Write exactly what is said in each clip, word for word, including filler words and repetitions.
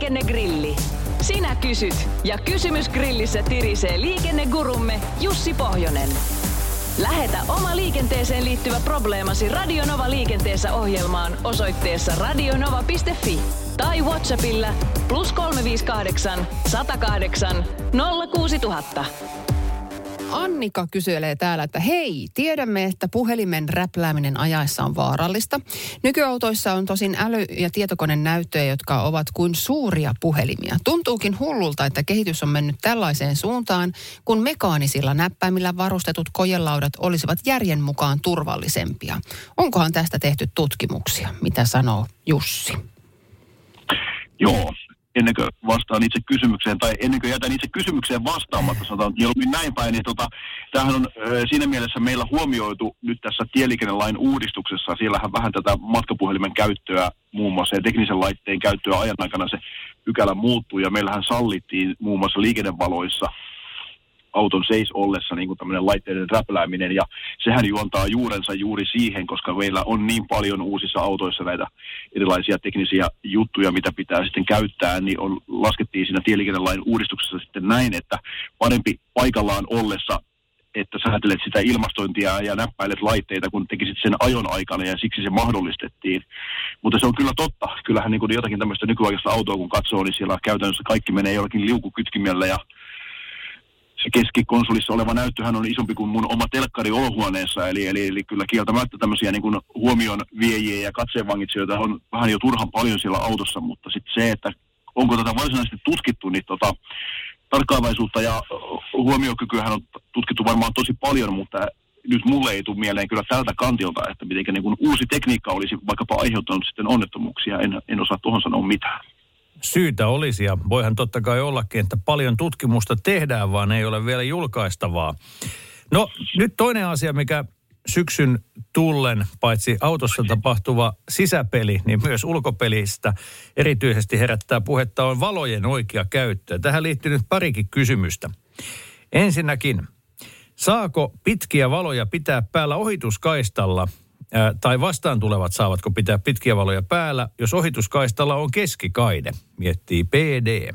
Liikennegrilli. Sinä kysyt ja kysymys grillissä tirisee liikennegurumme Jussi Pohjonen. Lähetä oma liikenteeseen liittyvä probleemasi Radionova liikenteessä ohjelmaan osoitteessa radionova piste fi tai WhatsAppilla plus kolme viisi kahdeksan, sata kahdeksan, nolla kuusi nolla nolla nolla. Annika kyselee täällä, että hei, tiedämme, että puhelimen räplääminen ajaessa on vaarallista. Nykyautoissa on tosin äly- ja tietokonenäyttöjä, jotka ovat kuin suuria puhelimia. Tuntuukin hullulta, että kehitys on mennyt tällaiseen suuntaan, kun mekaanisilla näppäimillä varustetut kojelaudat olisivat järjen mukaan turvallisempia. Onkohan tästä tehty tutkimuksia? Mitä sanoo Jussi? Joo. Ennen kuin vastaan itse kysymykseen, tai ennen kuin jätän itse kysymykseen vastaamatta, sanotaan mieluummin näin päin, niin tota, tämähän on ö, siinä mielessä meillä huomioitu nyt tässä tieliikennelain uudistuksessa. Siellähän vähän tätä matkapuhelimen käyttöä muun muassa ja teknisen laitteen käyttöä ajan aikana se pykälä muuttui, ja meillähän sallittiin muun muassa liikennevaloissa auton seis ollessa niin kuin tämmöinen laitteiden räplääminen, ja sehän juontaa juurensa juuri siihen, koska meillä on niin paljon uusissa autoissa näitä erilaisia teknisiä juttuja, mitä pitää sitten käyttää, niin on, laskettiin siinä tieliikennelain uudistuksessa sitten näin, että parempi paikallaan ollessa, että säätelet sitä ilmastointia ja näppäilet laitteita, kun tekisit sen ajon aikana, ja siksi se mahdollistettiin. Mutta se on kyllä totta. Kyllähän niin kuin jotakin tämmöistä nykyaikaista autoa, kun katsoo, niin siellä käytännössä kaikki menee jollakin liukukytkimellä, ja se keskikonsolissa oleva näyttöhän on isompi kuin mun oma telkkari olohuoneessa, eli, eli, eli kyllä kieltämättä tämmöisiä niin kuin huomion viejiä ja katseenvangitsijoita on vähän jo turhan paljon siellä autossa, mutta sitten se, että onko tätä varsinaisesti tutkittu, niin tota, tarkkaavaisuutta ja huomiokykyähän on tutkittu varmaan tosi paljon, mutta nyt mulle ei tule mieleen kyllä tältä kantilta, että miten niin kuin uusi tekniikka olisi vaikkapa aiheuttanut sitten onnettomuuksia, en, en osaa tuohon sanoa mitään. Syytä olisi, ja voihan totta kai ollakin, että paljon tutkimusta tehdään, vaan ei ole vielä julkaistavaa. No nyt toinen asia, mikä syksyn tullen, paitsi autossa tapahtuva sisäpeli, niin myös ulkopelistä erityisesti herättää puhetta, on valojen oikea käyttö. Tähän liittyy nyt parikin kysymystä. Ensinnäkin, saako pitkiä valoja pitää päällä ohituskaistalla, ää, tai vastaan tulevat saavatko pitää pitkiä valoja päällä, jos ohituskaistalla on keskikaide, miettii P D.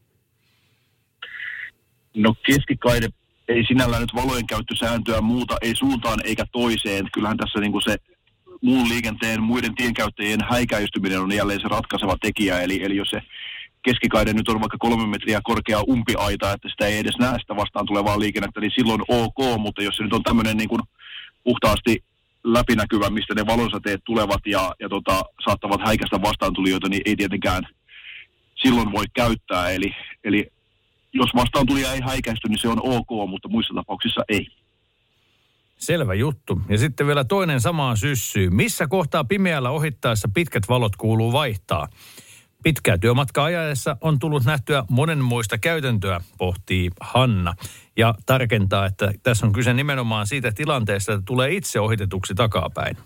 No keskikaide ei sinällään nyt valojen käyttösääntöä muuta, ei suuntaan eikä toiseen. Kyllähän tässä niin kuin se muun liikenteen, muiden tienkäyttäjien häikäistyminen on jälleen se ratkaiseva tekijä. Eli, eli jos se keskikaide nyt on vaikka kolme metriä korkea umpiaita, että sitä ei edes näe sitä vastaan tulevaa liikennettä, niin silloin ok. Mutta jos se nyt on tämmöinen niin kuin puhtaasti läpinäkyvä, mistä ne valonsäteet tulevat ja, ja tota, saattavat häikäistä vastaantulijoita, niin ei tietenkään silloin voi käyttää. Eli, eli jos vastaantulija ei häikäisty, niin se on ok, mutta muissa tapauksissa ei. Selvä juttu. Ja sitten vielä toinen samaan syssyyn. Missä kohtaa pimeällä ohittaessa pitkät valot kuuluu vaihtaa? Pitkää työmatkaa ajaessa on tullut nähtyä monenmoista käytäntöä, pohtii Hanna. Ja tarkentaa, että tässä on kyse nimenomaan siitä tilanteesta, että tulee itse ohitetuksi takapäin.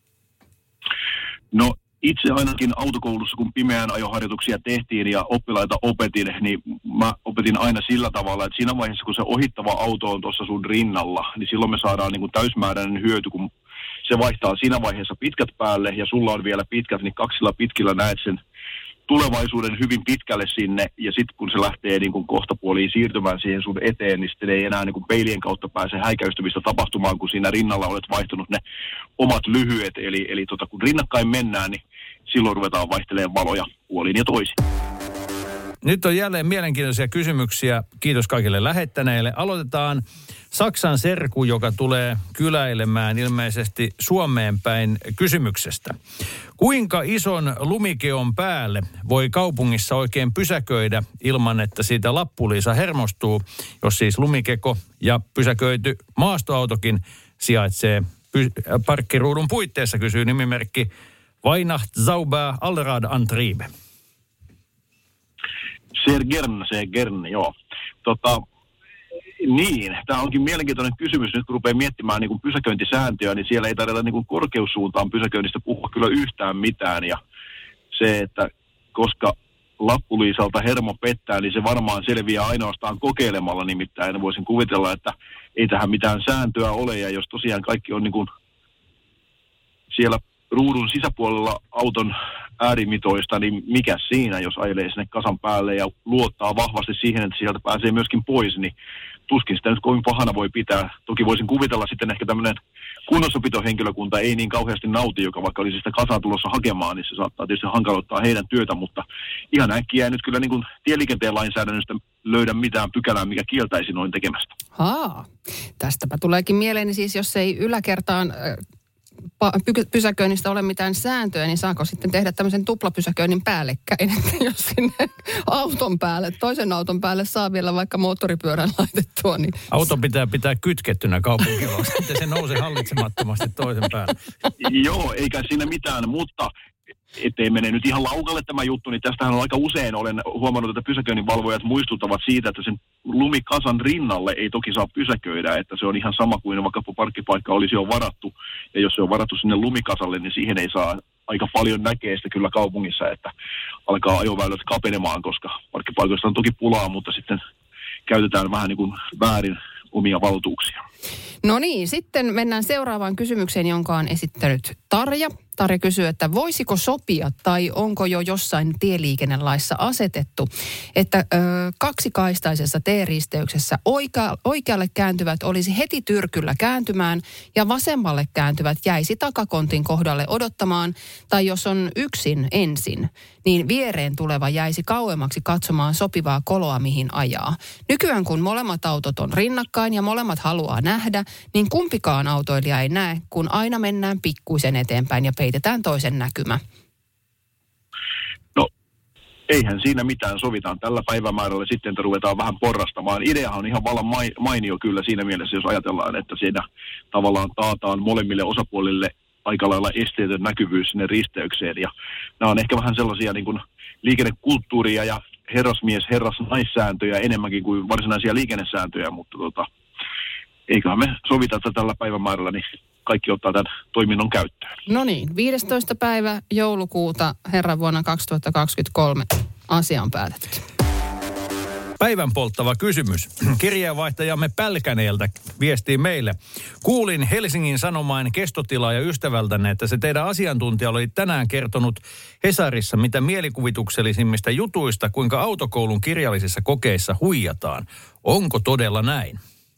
No itse ainakin autokoulussa, kun pimeän ajoharjoituksia tehtiin ja oppilaita opetin, niin mä opetin aina sillä tavalla, että siinä vaiheessa, kun se ohittava auto on tuossa sun rinnalla, niin silloin me saadaan niin kuin täysmääräinen hyöty, kun se vaihtaa siinä vaiheessa pitkät päälle ja sulla on vielä pitkät, niin kaksilla pitkillä näet sen tulevaisuuden hyvin pitkälle sinne, ja sitten kun se lähtee niin kuin kohtapuoliin siirtymään siihen sun eteen, niin sitten ei enää niin kuin peilien kautta pääse häikäistymistä tapahtumaan, kun siinä rinnalla olet vaihtanut ne omat lyhyet, eli, eli tota, kun rinnakkain mennään, niin silloin ruvetaan vaihtelemaan valoja puoliin ja toisin. Nyt on jälleen mielenkiintoisia kysymyksiä. Kiitos kaikille lähettäneille. Aloitetaan Saksan serku, joka tulee kyläilemään ilmeisesti Suomeen päin kysymyksestä. Kuinka ison lumikeon päälle voi kaupungissa oikein pysäköidä ilman, että siitä lappuliisa hermostuu, jos siis lumikeko ja pysäköity maastoautokin sijaitsee py- parkkiruudun puitteissa, kysyy nimimerkki Weihnacht sauber Allrad Antriebe. Sehr gern, sehr gern, joo. Tota, niin, tämä onkin mielenkiintoinen kysymys. Nyt kun rupeaa miettimään niin kuin pysäköintisääntöjä, niin siellä ei tarvita niin kuin korkeussuuntaan pysäköinnistä puhua kyllä yhtään mitään. Ja se, että koska lappuliisalta hermo pettää, niin se varmaan selviää ainoastaan kokeilemalla. Nimittäin voisin kuvitella, että ei tähän mitään sääntöä ole. Ja jos tosiaan kaikki on niin kuin siellä ruudun sisäpuolella auton äärimitoista, niin mikä siinä, jos ajelee sinne kasan päälle ja luottaa vahvasti siihen, että sieltä pääsee myöskin pois, niin tuskin sitä nyt kovin pahana voi pitää. Toki voisin kuvitella sitten ehkä tämmöinen kunnossapitohenkilökunta ei niin kauheasti nauti, joka vaikka olisi sitä kasaa tulossa hakemaan, niin se saattaa tietysti hankaloittaa heidän työtä, mutta ihan äkkiä nyt kyllä niin kuin tieliikenteen lainsäädännöstä löydä mitään pykälää, mikä kieltäisi noin tekemästä. Haa, tästäpä tuleekin mieleeni siis, jos ei yläkertaan pysäköinnistä ole mitään sääntöä, niin saako sitten tehdä tämmöisen tuplapysäköinnin päällekkäin, että jos sinne auton päälle, toisen auton päälle saa vielä vaikka moottoripyörän laitettua, niin... Auto pitää pitää kytkettynä kaupunkiloon, sitten se nousee hallitsemattomasti toisen päälle. Joo, eikä siinä mitään, mutta ettei mene nyt ihan laukalle tämä juttu, niin tästähän on aika usein, olen huomannut, että pysäköinninvalvojat muistuttavat siitä, että sen lumikasan rinnalle ei toki saa pysäköidä, että se on ihan sama kuin vaikka parkkipaikka olisi jo varattu, ja jos se on varattu sinne lumikasalle, niin siihen ei saa aika paljon näkee sitä kyllä kaupungissa, että alkaa ajoväylät kapenemaan, koska parkkipaikoista on toki pulaa, mutta sitten käytetään vähän niin kuin väärin omia valtuuksia. No niin, sitten mennään seuraavaan kysymykseen, jonka on esittänyt Tarja. Tarja kysyy, että voisiko sopia tai onko jo jossain tieliikennelaissa asetettu, että ö, kaksikaistaisessa T-risteyksessä oikea, oikealle kääntyvät olisi heti tyrkyllä kääntymään ja vasemmalle kääntyvät jäisi takakontin kohdalle odottamaan, tai jos on yksin ensin, niin viereen tuleva jäisi kauemmaksi katsomaan sopivaa koloa, mihin ajaa. Nykyään kun molemmat autot on rinnakkain ja molemmat haluaa nähdä, niin kumpikaan autoilija ei näe, kun aina mennään pikkuisen eteenpäin ja peitetään toisen näkymä. No, eihän siinä mitään, sovitaan tällä päivämäärällä sitten, että ruvetaan vähän porrastamaan. Ideahan on ihan vallan mainio kyllä siinä mielessä, jos ajatellaan, että siinä tavallaan taataan molemmille osapuolille aika lailla esteetön näkyvyys sinne risteykseen. Ja nämä on ehkä vähän sellaisia niin kuin liikennekulttuuria ja herrasmies, herrasnaissääntöjä enemmänkin kuin varsinaisia liikennesääntöjä, mutta tota, eiköhän me sovita, että tällä päivämäärällä niin kaikki ottaa tämän toiminnon käyttöön. No niin, viidestoista päivä joulukuuta herran vuonna kaksituhattakaksikymmentäkolme asia on päätetty. Päivän polttava kysymys. Kirjeenvaihtajamme Pälkäneeltä viestii meille. Kuulin Helsingin Sanomain kestotilaa ja ystävältänne, että se teidän asiantuntija oli tänään kertonut Hesarissa mitä mielikuvituksellisimmista jutuista, kuinka autokoulun kirjallisissa kokeissa huijataan. Onko todella näin?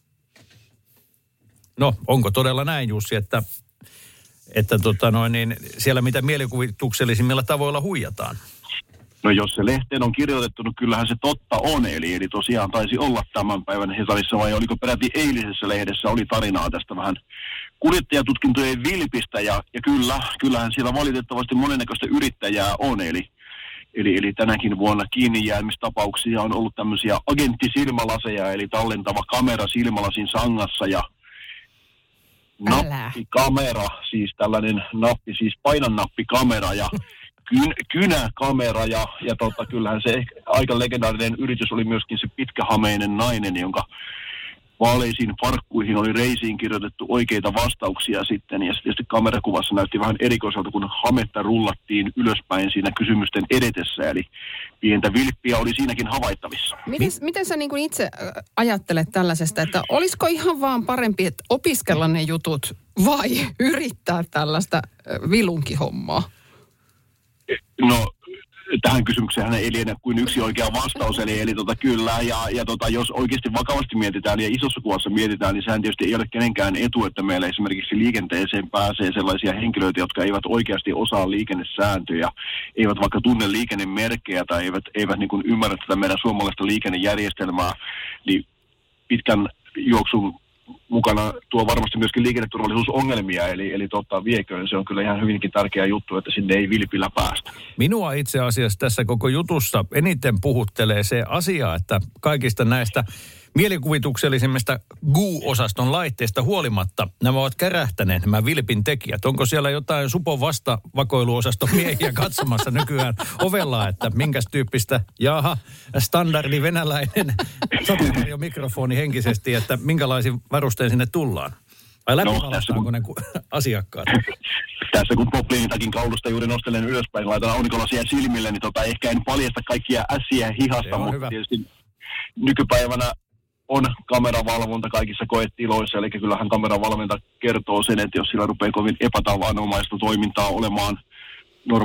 No, onko todella näin, Jussi, että, että tota noin, niin siellä mitä mielikuvituksellisimmilla tavoilla huijataan? No jos se lehteen on kirjoitettu, niin kyllähän se totta on. Eli, eli tosiaan taisi olla tämän päivän Hesarissa, vai oliko peräti eilisessä lehdessä, oli tarinaa tästä vähän kuljettajatutkintojen vilpistä. Ja, ja kyllä, kyllähän siellä valitettavasti monennäköistä yrittäjää on. Eli, eli, eli tänäkin vuonna kiinni jäämistapauksia on ollut tämmöisiä agenttisilmälaseja, eli tallentava kamera silmälasin sangassa ja nappikamera, siis tällainen nappi, siis painannappikamera ja kyn, kynäkamera ja, ja tota, kyllähän se aika legendaarinen yritys oli myöskin se pitkähameinen nainen, jonka vaaleisiin farkkuihin oli reisiin kirjoitettu oikeita vastauksia sitten ja sitten kamerakuvassa näytti vähän erikoiselta, kun hametta rullattiin ylöspäin siinä kysymysten edetessä, eli pientä vilppiä oli siinäkin havaittavissa. Miten, miten sä niin kuin itse ajattelet tällaisesta, että olisiko ihan vaan parempi, että opiskella ne jutut vai yrittää tällaista vilunkihommaa? No, tähän kysymykseen ei liene kuin yksi oikea vastaus, eli, eli tota, kyllä, ja, ja tota, jos oikeasti vakavasti mietitään ja isossa kuvassa mietitään, niin sehän tietysti ei ole kenenkään etu, että meillä esimerkiksi liikenteeseen pääsee sellaisia henkilöitä, jotka eivät oikeasti osaa liikennesääntöjä, eivät vaikka tunne liikennemerkkejä tai eivät, eivät niin kuin ymmärrä tätä meidän suomalaista liikennejärjestelmää, niin pitkän juoksun mukana tuo varmasti myöskin liikenneturvallisuusongelmia, eli, eli tota, vieköön. Se on kyllä ihan hyvinkin tärkeä juttu, että sinne ei vilpillä päästä. Minua itse asiassa tässä koko jutussa eniten puhuttelee se asia, että kaikista näistä mielikuvituksellisimmista G U-osaston laitteista huolimatta nämä ovat kärähtäneet, nämä vilpin tekijät. Onko siellä jotain Supon vastavakoiluosaston miehiä katsomassa nykyään ovella, että minkäs tyyppistä, jaha, standardi venäläinen mikrofoni henkisesti, että minkälaisin varustein sinne tullaan? Vai läpivalastaanko ne asiakkaat? Tässä kun popliinitakin kaulusta juuri nostelen ylöspäin, laitan aurinkolasia silmille, niin tota, ehkä en paljasta kaikkia ässiä hihasta, mutta hyvä. Tietysti nykypäivänä on kameravalvonta kaikissa koetiloissa, eli kyllähän kameravalvonta kertoo sen, että jos sillä rupeaa kovin epätavanomaista toimintaa olemaan normaali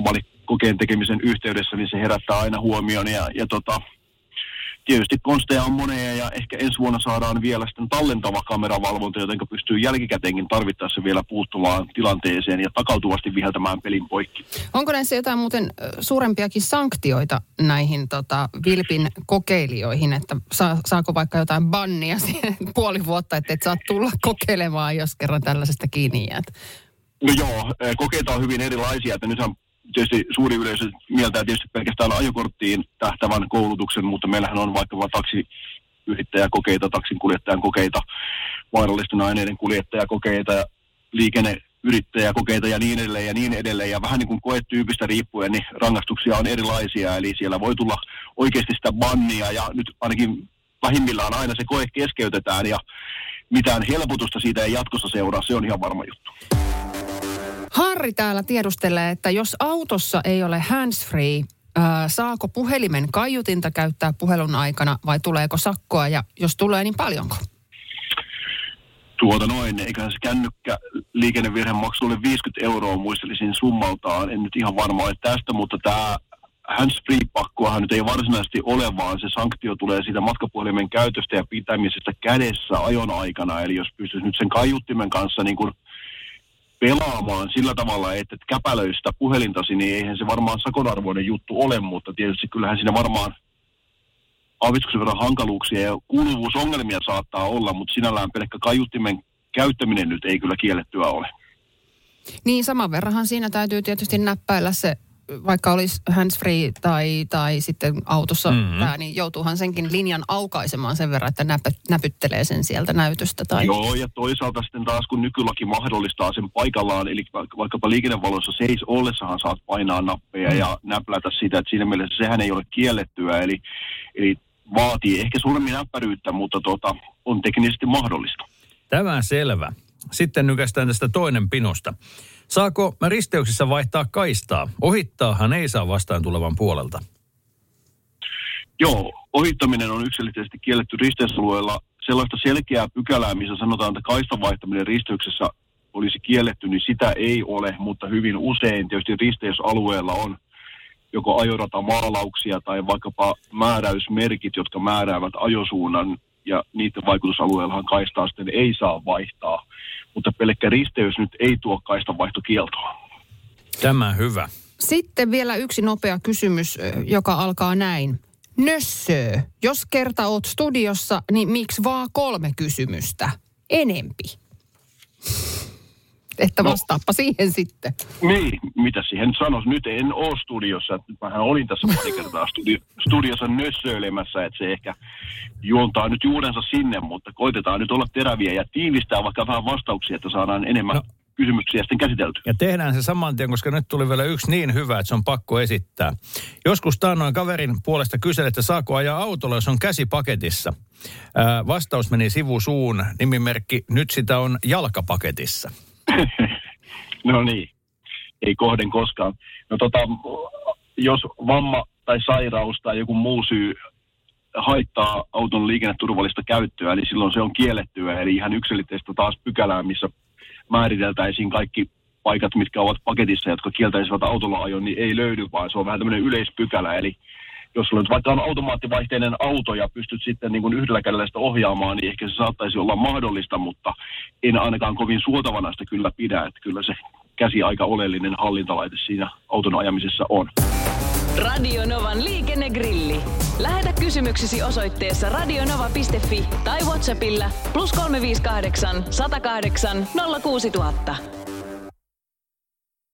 kokeen tekemisen yhteydessä, niin se herättää aina huomioon. Ja, ja tota, tietysti konsteja on monia ja ehkä ensi vuonna saadaan vielä sitten tallentava kameravalvonta, joten pystyy jälkikäteenkin tarvittaessa vielä puuttumaan tilanteeseen ja takautuvasti viheltämään pelin poikki. Onko näissä jotain muuten suurempiakin sanktioita näihin tota, Vilpin kokeilijoihin, että saa, saako vaikka jotain bannia puoli vuotta, että et saa tulla kokeilemaan, jos kerran tällaisesta kiinni jäät? No joo, kokeita on hyvin erilaisia, että nythän tietysti suuri yleisö mieltää tietysti pelkästään ajokorttiin tähtävän koulutuksen, mutta meillähän on vaikka taksiyrittäjäkokeita, taksinkuljettajan kokeita, vaarallisten aineiden kuljettajakokeita ja liikenneyrittäjäkokeita ja niin edelleen ja niin edelleen. Ja vähän niin kuin koetyypistä riippuen, niin rangaistuksia on erilaisia, eli siellä voi tulla oikeasti sitä bannia ja nyt ainakin pahimmillaan aina se koe keskeytetään ja mitään helpotusta siitä ei jatkossa seuraa, se on ihan varma juttu. Harri täällä tiedustelee, että jos autossa ei ole handsfree, ää, saako puhelimen kaiutinta käyttää puhelun aikana vai tuleeko sakkoa ja jos tulee, niin paljonko? Tuota noin, eiköhän se kännykkä liikennevirhemaksu ole viisikymmentä euroa muistelisin summaltaan. En nyt ihan varma ole tästä, mutta tämä handsfree-pakkoahan nyt ei varsinaisesti ole, vaan se sanktio tulee siitä matkapuhelimen käytöstä ja pitämisestä kädessä ajon aikana. Eli jos pystyisi nyt sen kaiuttimen kanssa niin kuin pelaamaan sillä tavalla, että et käpälöistä puhelintasi, niin eihän se varmaan sakonarvoinen juttu ole, mutta tietysti kyllähän siinä varmaan aavistuksen verran hankaluuksia ja kuuluvuusongelmia saattaa olla, mutta sinällään pelkkä kaiuttimen käyttäminen nyt ei kyllä kiellettyä ole. Niin, saman verranhan siinä täytyy tietysti näppäillä se, vaikka olisi handsfree tai, tai sitten autossa mm-hmm. tämä, niin joutuuhan senkin linjan aukaisemaan sen verran, että näpä, näpyttelee sen sieltä näytöstä. Tai... Joo, ja toisaalta sitten taas kun nykylaki mahdollistaa sen paikallaan, eli vaikkapa liikennevaloissa seis ollessahan saat painaa nappeja mm. ja näplätä sitä, että siinä mielessä sehän ei ole kiellettyä, eli, eli vaatii ehkä suuremmin näppäryyttä, mutta tuota, on teknisesti mahdollista. Tämä selvä. Sitten nykästään tästä toinen pinusta. Saako risteyksissä vaihtaa kaistaa? Ohittaahan ei saa vastaan tulevan puolelta. Joo, ohittaminen on yksilöllisesti kielletty risteysalueella. Sellaista selkeää pykälää, missä sanotaan, että kaistan vaihtaminen risteyksessä olisi kielletty, niin sitä ei ole, mutta hyvin usein tietysti risteysalueella on joko ajorata-maalauksia tai vaikkapa määräysmerkit, jotka määräävät ajosuunnan, ja niiden vaikutusalueellahan kaistaa sitten ei saa vaihtaa. Mutta pelkkä risteys nyt ei tuo kaistanvaihtokieltoa. Tämä hyvä. Sitten vielä yksi nopea kysymys, joka alkaa näin. Nössö, jos kerta oot studiossa, niin miksi vaan kolme kysymystä? Enempi. Että vastaappa no, siihen sitten. Niin, mitä siihen sanoisi? Nyt en ole studiossa. Mähän olin tässä pari kertaa studi- studiossa nössöilemässä, että se ehkä juontaa nyt juurensa sinne, mutta koitetaan nyt olla teräviä ja tiivistää vaikka vähän vastauksia, että saadaan enemmän no, kysymyksiä sitten käsitelty. Ja tehdään se saman tien, koska nyt tuli vielä yksi niin hyvä, että se on pakko esittää. Joskus taannoin kaverin puolesta kyseli, että saako ajaa autolla, jos on käsi paketissa. Ää, vastaus meni sivusuun, nimimerkki, nyt sitä on jalkapaketissa. No niin, ei kohden koskaan. No tota, jos vamma tai sairaus tai joku muu syy haittaa auton liikenneturvallista käyttöä, niin silloin se on kiellettyä. Eli ihan yksilitteistä taas pykälää, missä määriteltäisiin kaikki paikat, mitkä ovat paketissa, jotka kieltäisivät autolla ajon, niin ei löydy, vaan se on vähän tämmöinen yleispykälä. Eli jos sulla nyt vaikka on automaattivaihteinen auto ja pystyt sitten niin kuin yhdellä kädellä sitä ohjaamaan, niin ehkä se saattaisi olla mahdollista, mutta en ainakaan kovin suotavana sitä kyllä pidä, että kyllä se käsi aika oleellinen hallintalaite siinä auton ajamisessa on. Radio Novan liikennegrilli. Lähetä kysymyksesi osoitteessa radionova piste fi tai WhatsAppilla plus kolme viisi kahdeksan, sata kahdeksan, nolla kuusi tuhatta.